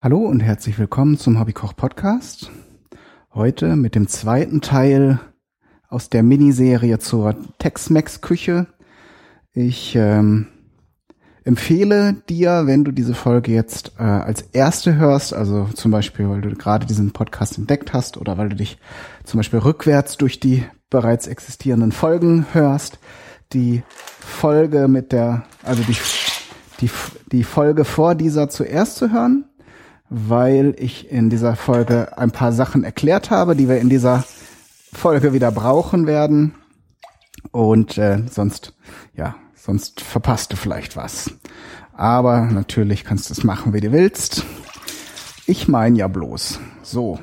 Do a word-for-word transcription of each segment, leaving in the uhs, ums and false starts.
Hallo und herzlich willkommen zum Hobbykoch-Podcast. Heute mit dem zweiten Teil aus der Miniserie zur Tex-Mex-Küche. Ich ähm, empfehle dir, wenn du diese Folge jetzt äh, als erste hörst, also zum Beispiel, weil du gerade diesen Podcast entdeckt hast oder weil du dich zum Beispiel rückwärts durch die bereits existierenden Folgen hörst, die Folge mit der, also die, die, die Folge vor dieser zuerst zu hören, weil ich in dieser Folge ein paar Sachen erklärt habe, die wir in dieser Folge wieder brauchen werden. Und äh, sonst, ja, sonst verpasst du vielleicht was. Aber natürlich kannst du es machen, wie du willst. Ich meine ja bloß. So.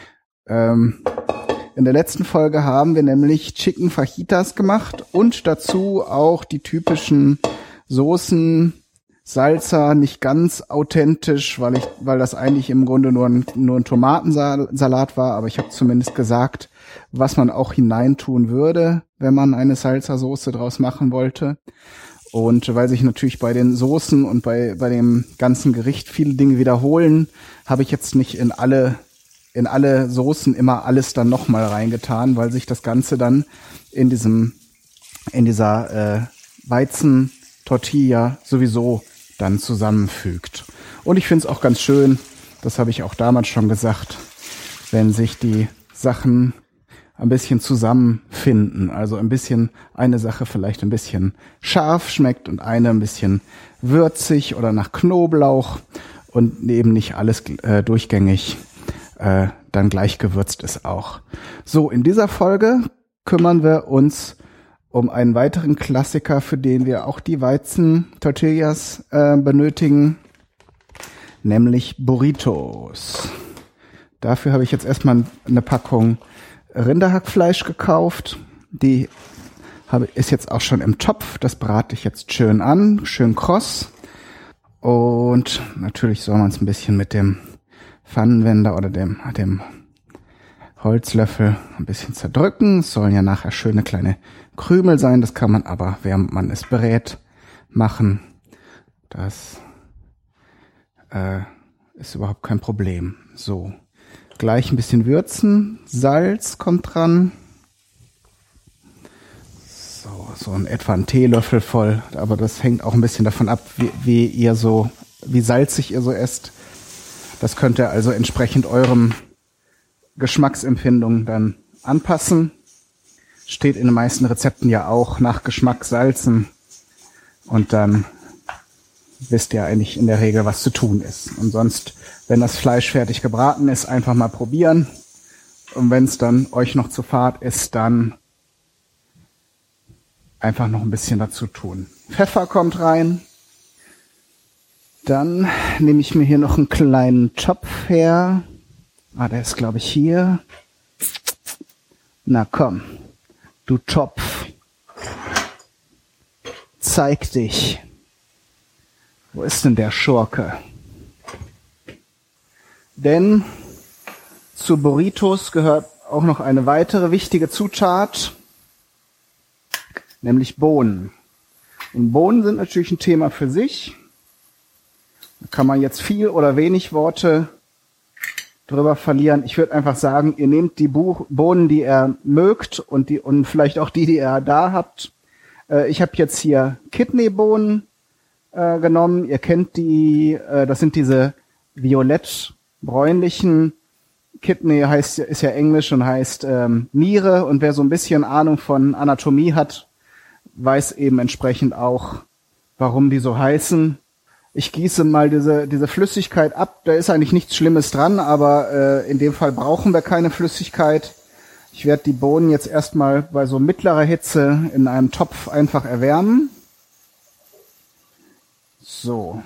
Ähm, in der letzten Folge haben wir nämlich Chicken Fajitas gemacht und dazu auch die typischen Soßen, Salsa, nicht ganz authentisch, weil ich, weil das eigentlich im Grunde nur ein, nur ein Tomatensalat war, aber ich habe zumindest gesagt, was man auch hineintun würde, wenn man eine Salsa-Soße draus machen wollte. Und weil sich natürlich bei den Soßen und bei bei dem ganzen Gericht viele Dinge wiederholen, habe ich jetzt nicht in alle in alle Soßen immer alles dann nochmal reingetan, weil sich das Ganze dann in diesem in dieser äh, Weizen-Tortilla sowieso dann zusammenfügt. Und ich finde es auch ganz schön, das habe ich auch damals schon gesagt, wenn sich die Sachen ein bisschen zusammenfinden. Also ein bisschen, eine Sache vielleicht ein bisschen scharf schmeckt und eine ein bisschen würzig oder nach Knoblauch und eben nicht alles äh, durchgängig äh, dann gleich gewürzt ist auch. So, in dieser Folge kümmern wir uns um einen weiteren Klassiker, für den wir auch die Weizen-Tortillas äh, benötigen, nämlich Burritos. Dafür habe ich jetzt erstmal eine Packung Rinderhackfleisch gekauft. Die habe, ist jetzt auch schon im Topf. Das brate ich jetzt schön an, schön kross. Und natürlich soll man es ein bisschen mit dem Pfannenwender oder dem, dem Holzlöffel ein bisschen zerdrücken. Es sollen ja nachher schöne kleine Krümel sein. Das kann man aber, während man es berät, machen. Das äh, ist überhaupt kein Problem. So, gleich ein bisschen würzen. Salz kommt dran. So, so in etwa ein Teelöffel voll. Aber das hängt auch ein bisschen davon ab, wie, wie ihr so, wie salzig ihr so esst. Das könnt ihr also entsprechend eurem Geschmacksempfindung dann anpassen. Steht in den meisten Rezepten ja auch nach Geschmack salzen. Und dann wisst ihr eigentlich in der Regel, was zu tun ist. Und sonst, wenn das Fleisch fertig gebraten ist, einfach mal probieren. Und wenn es dann euch noch zu fad ist, dann einfach noch ein bisschen dazu tun. Pfeffer kommt rein. Dann nehme ich mir hier noch einen kleinen Topf her. Ah, der ist, glaube ich, hier. Na komm, du Topf. Zeig dich. Wo ist denn der Schurke? Denn zu Burritos gehört auch noch eine weitere wichtige Zutat, nämlich Bohnen. Und Bohnen sind natürlich ein Thema für sich. Da kann man jetzt viel oder wenig Worte drüber verlieren. Ich würde einfach sagen, ihr nehmt die Buch- Bohnen, die ihr mögt und die und vielleicht auch die, die ihr da habt. Äh, ich habe jetzt hier Kidneybohnen äh, genommen. Ihr kennt die, äh, das sind diese violett-bräunlichen. Kidney heißt ist ja Englisch und heißt ähm, Niere. Und wer so ein bisschen Ahnung von Anatomie hat, weiß eben entsprechend auch, warum die so heißen. Ich gieße mal diese diese Flüssigkeit ab. Da ist eigentlich nichts Schlimmes dran, aber äh, in dem Fall brauchen wir keine Flüssigkeit. Ich werde die Bohnen jetzt erstmal bei so mittlerer Hitze in einem Topf einfach erwärmen. So.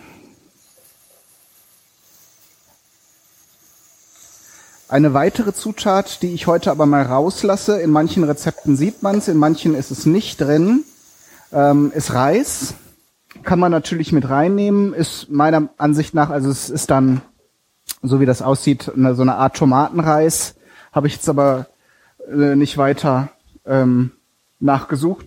Eine weitere Zutat, die ich heute aber mal rauslasse, in manchen Rezepten sieht man es, in manchen ist es nicht drin, ähm, ist Reis. Kann man natürlich mit reinnehmen, ist meiner Ansicht nach, also es ist dann, so wie das aussieht, eine, so eine Art Tomatenreis. Habe ich jetzt aber äh, nicht weiter ähm, nachgesucht,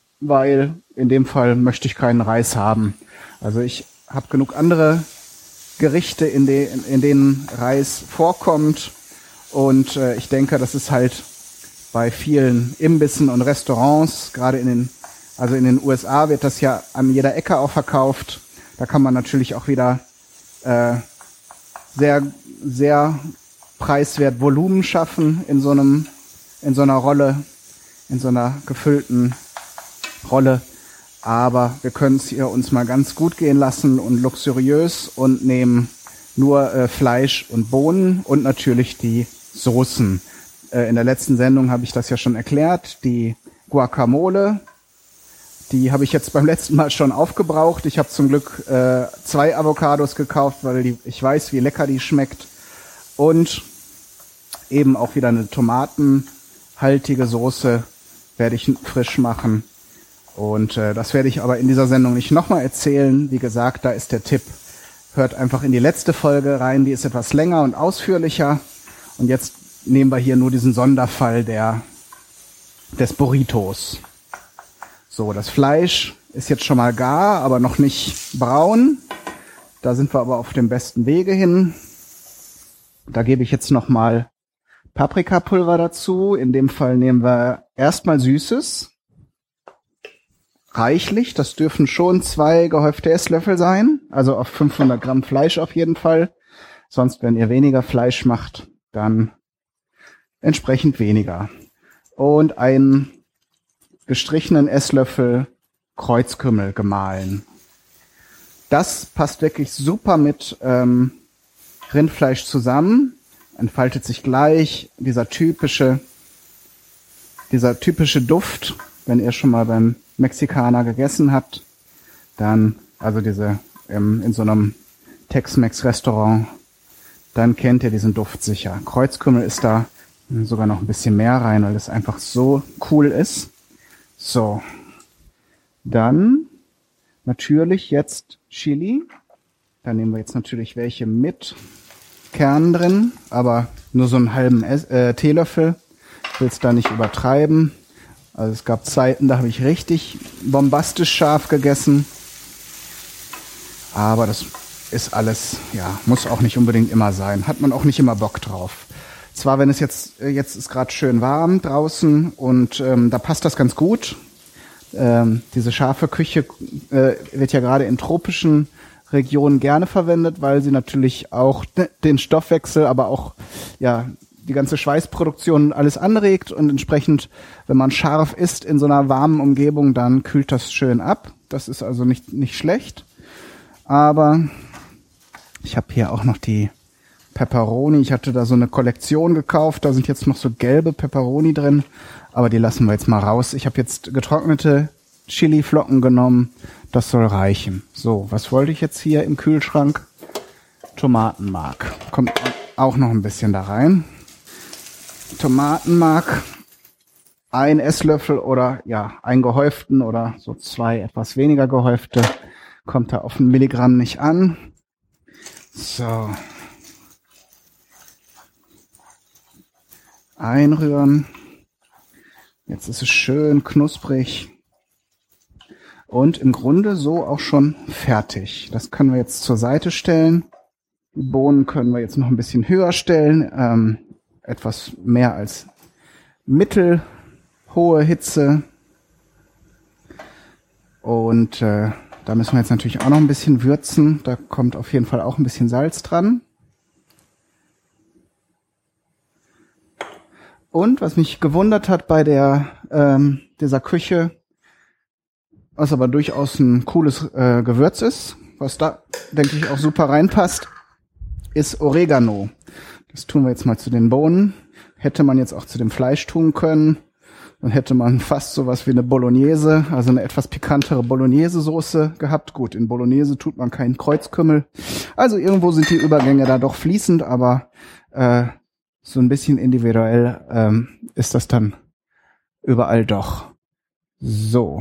weil in dem Fall möchte ich keinen Reis haben. Also ich habe genug andere Gerichte, in, de, in denen Reis vorkommt. Und äh, ich denke, das ist halt bei vielen Imbissen und Restaurants, gerade in den, also in den U S A wird das ja an jeder Ecke auch verkauft. Da kann man natürlich auch wieder äh, sehr, sehr preiswert Volumen schaffen in so einem, in so einer Rolle, in so einer gefüllten Rolle. Aber wir können es hier uns mal ganz gut gehen lassen und luxuriös und nehmen nur äh, Fleisch und Bohnen und natürlich die Soßen. Äh, in der letzten Sendung habe ich das ja schon erklärt. Die Guacamole, die habe ich jetzt beim letzten Mal schon aufgebraucht. Ich habe zum Glück äh, zwei Avocados gekauft, weil die, ich weiß, wie lecker die schmeckt. Und eben auch wieder eine tomatenhaltige Soße werde ich frisch machen. Und äh, das werde ich aber in dieser Sendung nicht nochmal erzählen. Wie gesagt, da ist der Tipp. Hört einfach in die letzte Folge rein, die ist etwas länger und ausführlicher. Und jetzt nehmen wir hier nur diesen Sonderfall der des Burritos. So, das Fleisch ist jetzt schon mal gar, aber noch nicht braun. Da sind wir aber auf dem besten Wege hin. Da gebe ich jetzt nochmal Paprikapulver dazu. In dem Fall nehmen wir erstmal Süßes. Reichlich, das dürfen schon zwei gehäufte Esslöffel sein, also auf fünfhundert Gramm Fleisch auf jeden Fall. Sonst, wenn ihr weniger Fleisch macht, dann entsprechend weniger. Und einen gestrichenen Esslöffel Kreuzkümmel gemahlen. Das passt wirklich super mit ähm, Rindfleisch zusammen, entfaltet sich gleich dieser typische, dieser typische Duft, wenn ihr schon mal beim Mexikaner gegessen habt, dann, also diese ähm, in so einem Tex-Mex-Restaurant, dann kennt ihr diesen Duft sicher. Kreuzkümmel ist da sogar noch ein bisschen mehr rein, weil es einfach so cool ist. So, dann natürlich jetzt Chili. Da nehmen wir jetzt natürlich welche mit Kern drin, aber nur so einen halben es- äh, Teelöffel. Ich will es da nicht übertreiben. Also es gab Zeiten, da habe ich richtig bombastisch scharf gegessen. Aber das ist alles, ja, muss auch nicht unbedingt immer sein. Hat man auch nicht immer Bock drauf. Zwar, wenn es jetzt, jetzt ist gerade schön warm draußen und ähm, da passt das ganz gut. Ähm, diese scharfe Küche äh, wird ja gerade in tropischen Regionen gerne verwendet, weil sie natürlich auch den Stoffwechsel, aber auch, ja, die ganze Schweißproduktion alles anregt und entsprechend, wenn man scharf isst in so einer warmen Umgebung, dann kühlt das schön ab. Das ist also nicht nicht schlecht. Aber ich habe hier auch noch die Pepperoni. Ich hatte da so eine Kollektion gekauft. Da sind jetzt noch so gelbe Pepperoni drin, aber die lassen wir jetzt mal raus. Ich habe jetzt getrocknete Chiliflocken genommen. Das soll reichen. So, was wollte ich jetzt hier im Kühlschrank? Tomatenmark. Kommt auch noch ein bisschen da rein. Tomatenmark, ein Esslöffel oder ja, ein gehäuften oder so zwei etwas weniger gehäufte, kommt da auf ein Milligramm nicht an. So. Einrühren. Jetzt ist es schön knusprig. Und im Grunde so auch schon fertig. Das können wir jetzt zur Seite stellen. Die Bohnen können wir jetzt noch ein bisschen höher stellen. Ähm, etwas mehr als mittelhohe Hitze. Und äh, da müssen wir jetzt natürlich auch noch ein bisschen würzen. Da kommt auf jeden Fall auch ein bisschen Salz dran. Und was mich gewundert hat bei der ähm, dieser Küche, was aber durchaus ein cooles äh, Gewürz ist, was da, denke ich, auch super reinpasst, ist Oregano. Das tun wir jetzt mal zu den Bohnen. Hätte man jetzt auch zu dem Fleisch tun können. Dann hätte man fast sowas wie eine Bolognese, also eine etwas pikantere Bolognese-Soße gehabt. Gut, in Bolognese tut man keinen Kreuzkümmel. Also irgendwo sind die Übergänge da doch fließend, aber äh, so ein bisschen individuell ähm, ist das dann überall doch. So.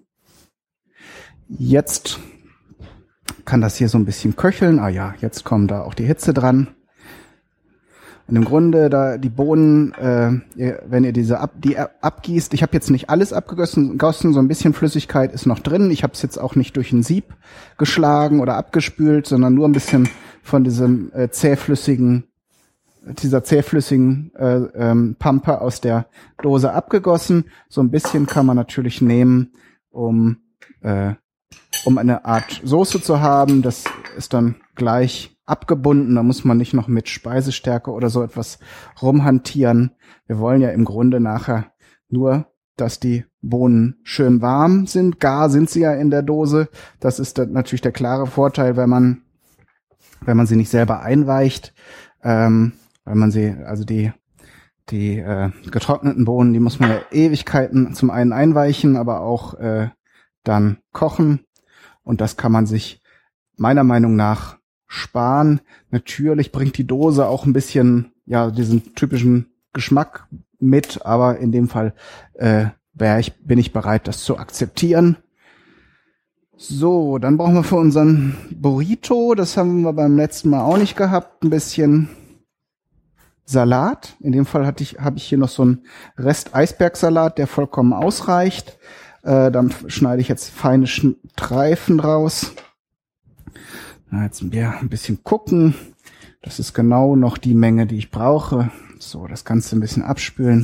Jetzt kann das hier so ein bisschen köcheln. Ah ja, jetzt kommt da auch die Hitze dran. Und im Grunde, da die Bohnen, äh, ihr, wenn ihr diese ab, die abgießt, ich habe jetzt nicht alles abgegossen, gossen, so ein bisschen Flüssigkeit ist noch drin. Ich habe es jetzt auch nicht durch ein Sieb geschlagen oder abgespült, sondern nur ein bisschen von diesem äh, zähflüssigen, dieser zähflüssigen äh, ähm, Pampe aus der Dose abgegossen. So ein bisschen kann man natürlich nehmen, um äh, um eine Art Soße zu haben. Das ist dann gleich abgebunden. Da muss man nicht noch mit Speisestärke oder so etwas rumhantieren. Wir wollen ja im Grunde nachher nur, dass die Bohnen schön warm sind. Gar sind sie ja in der Dose. Das ist dann natürlich der klare Vorteil, wenn man wenn man sie nicht selber einweicht. Ähm, weil man sie, also die die äh, getrockneten Bohnen, die muss man ja Ewigkeiten zum einen einweichen, aber auch äh, dann kochen. Und das kann man sich meiner Meinung nach sparen. Natürlich bringt die Dose auch ein bisschen, ja, diesen typischen Geschmack mit, aber in dem Fall äh, wär ich, bin ich bereit, das zu akzeptieren. So, dann brauchen wir für unseren Burrito, das haben wir beim letzten Mal auch nicht gehabt, ein bisschen Salat. In dem Fall hatte ich, habe ich hier noch so einen Rest Eisbergsalat, der vollkommen ausreicht. Äh, dann schneide ich jetzt feine Streifen raus. Na, jetzt wir ein bisschen gucken. Das ist genau noch die Menge, die ich brauche. So, das Ganze ein bisschen abspülen.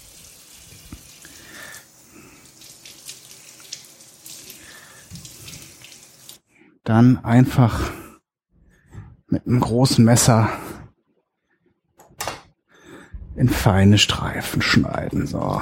Dann einfach mit einem großen Messer in feine Streifen schneiden. So.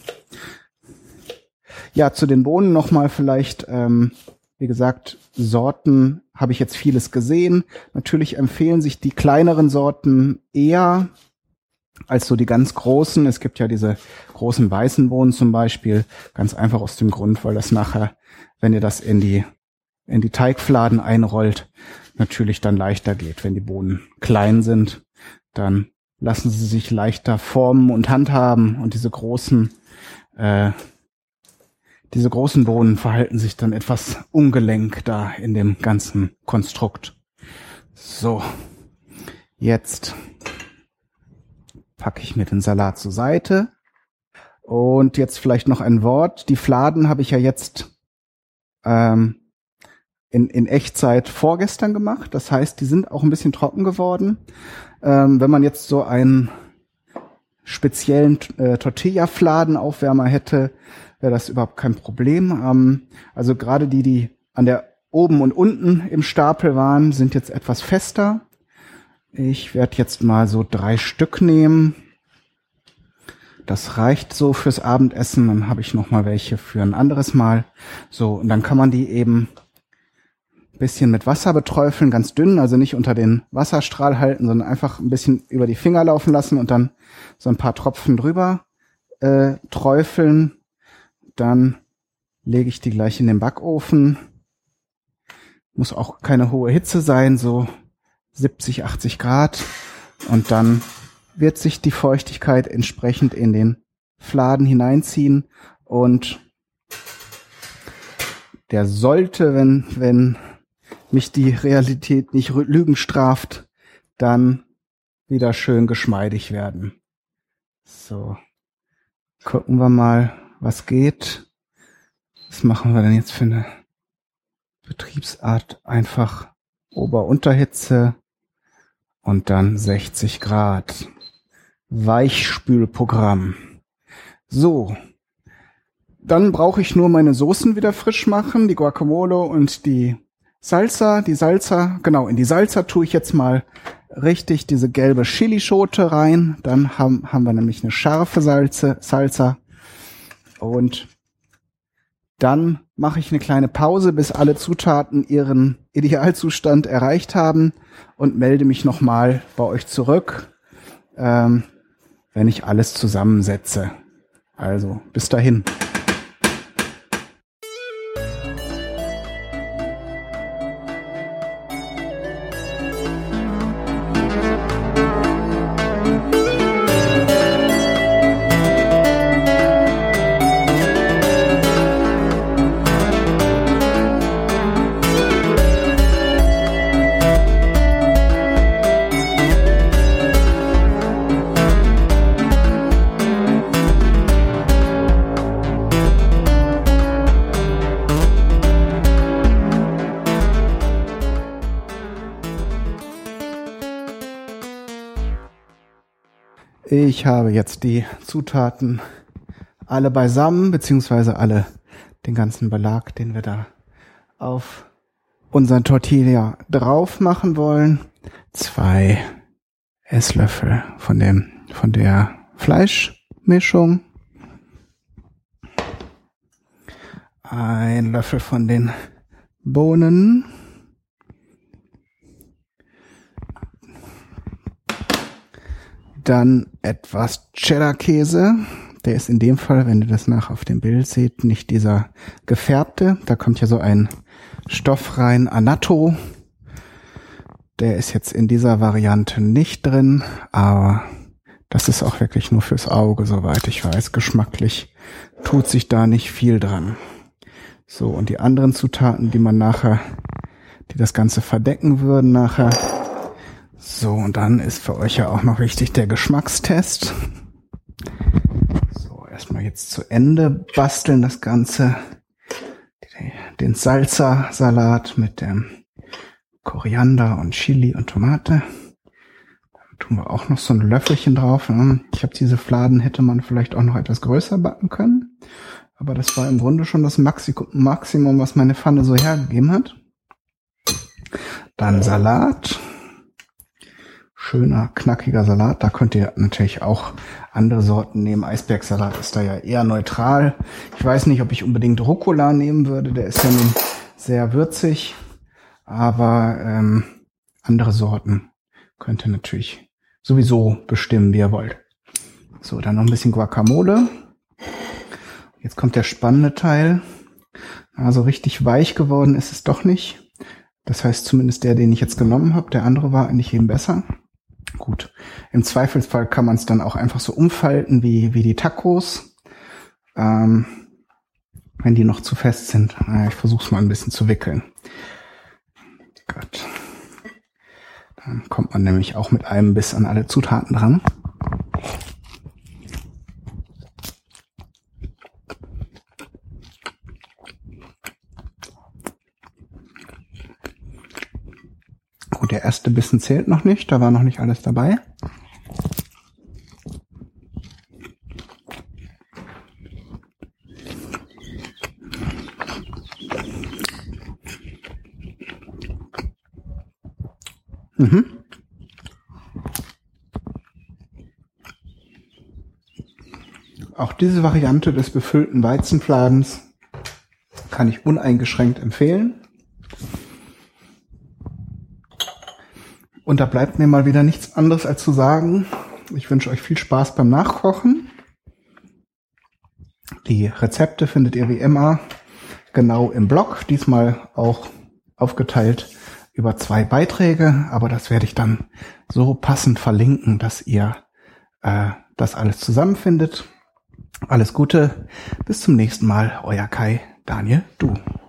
Ja, zu den Bohnen nochmal vielleicht, ähm, wie gesagt, Sorten habe ich jetzt vieles gesehen. Natürlich empfehlen sich die kleineren Sorten eher als so die ganz großen. Es gibt ja diese großen weißen Bohnen zum Beispiel, ganz einfach aus dem Grund, weil das nachher, wenn ihr das in die in die Teigfladen einrollt, natürlich dann leichter geht. Wenn die Bohnen klein sind, dann lassen sie sich leichter formen und handhaben, und diese großen äh, diese großen Bohnen verhalten sich dann etwas ungelenk da in dem ganzen Konstrukt. So, jetzt packe ich mir den Salat zur Seite. Und jetzt vielleicht noch ein Wort. Die Fladen habe ich ja jetzt ähm, in, in Echtzeit vorgestern gemacht. Das heißt, die sind auch ein bisschen trocken geworden. Ähm, wenn man jetzt so einen speziellen äh, Tortilla-Fladenaufwärmer hätte, wäre das überhaupt kein Problem. Ähm, also gerade die, die an der oben und unten im Stapel waren, sind jetzt etwas fester. Ich werde jetzt mal so drei Stück nehmen. Das reicht so fürs Abendessen. Dann habe ich noch mal welche für ein anderes Mal. So, und dann kann man die eben ein bisschen mit Wasser beträufeln, ganz dünn, also nicht unter den Wasserstrahl halten, sondern einfach ein bisschen über die Finger laufen lassen und dann so ein paar Tropfen drüber äh, träufeln. Dann lege ich die gleich in den Backofen. Muss auch keine hohe Hitze sein, so siebzig, achtzig Grad. Und dann wird sich die Feuchtigkeit entsprechend in den Fladen hineinziehen. Und der sollte, wenn, wenn mich die Realität nicht Lügen straft, dann wieder schön geschmeidig werden. So, gucken wir mal, was geht. Was machen wir denn jetzt für eine Betriebsart? Einfach Ober-Unterhitze und dann sechzig Grad. Weichspülprogramm. So, dann brauche ich nur meine Soßen wieder frisch machen, die Guacamole und die Salsa. Die Salsa, genau, in die Salsa tue ich jetzt mal richtig diese gelbe Chilischote rein. Dann haben, haben wir nämlich eine scharfe Salze, Salsa. Und dann mache ich eine kleine Pause, bis alle Zutaten ihren Idealzustand erreicht haben, und melde mich nochmal bei euch zurück, ähm, wenn ich alles zusammensetze. Also, bis dahin. Ich habe jetzt die Zutaten alle beisammen, beziehungsweise alle, den ganzen Belag, den wir da auf unseren Tortilla drauf machen wollen. Zwei Esslöffel von dem, von der Fleischmischung. Ein Löffel von den Bohnen. Dann etwas Cheddar-Käse. Der ist in dem Fall, wenn ihr das nach auf dem Bild seht, nicht dieser gefärbte. Da kommt ja so ein Stoff rein, Annatto. Der ist jetzt in dieser Variante nicht drin, aber das ist auch wirklich nur fürs Auge, soweit ich weiß. Geschmacklich tut sich da nicht viel dran. So, und die anderen Zutaten, die man nachher, die das Ganze verdecken würden nachher. So, und dann ist für euch ja auch noch wichtig der Geschmackstest. So, erstmal jetzt zu Ende basteln das Ganze. Den Salsa-Salat mit dem Koriander und Chili und Tomate. Da tun wir auch noch so ein Löffelchen drauf. Ich habe diese Fladen, hätte man vielleicht auch noch etwas größer backen können. Aber das war im Grunde schon das Maximum, was meine Pfanne so hergegeben hat. Dann Salat. Schöner, knackiger Salat. Da könnt ihr natürlich auch andere Sorten nehmen. Eisbergsalat ist da ja eher neutral. Ich weiß nicht, ob ich unbedingt Rucola nehmen würde. Der ist ja nun sehr würzig. Aber ähm, andere Sorten könnt ihr natürlich sowieso bestimmen, wie ihr wollt. So, dann noch ein bisschen Guacamole. Jetzt kommt der spannende Teil. Also richtig weich geworden ist es doch nicht. Das heißt zumindest der, den ich jetzt genommen habe. Der andere war eigentlich eben besser. Gut, im Zweifelsfall kann man es dann auch einfach so umfalten wie wie die Tacos, ähm, wenn die noch zu fest sind. Ich versuche es mal ein bisschen zu wickeln. Gut. Dann kommt man nämlich auch mit einem Biss an alle Zutaten dran. Gut, der erste Bissen zählt noch nicht, da war noch nicht alles dabei. Mhm. Auch diese Variante des befüllten Weizenfladens kann ich uneingeschränkt empfehlen. Und da bleibt mir mal wieder nichts anderes als zu sagen, ich wünsche euch viel Spaß beim Nachkochen. Die Rezepte findet ihr wie immer genau im Blog, diesmal auch aufgeteilt über zwei Beiträge, aber das werde ich dann so passend verlinken, dass ihr äh, das alles zusammenfindet. Alles Gute, bis zum nächsten Mal, euer Kai, Daniel, du.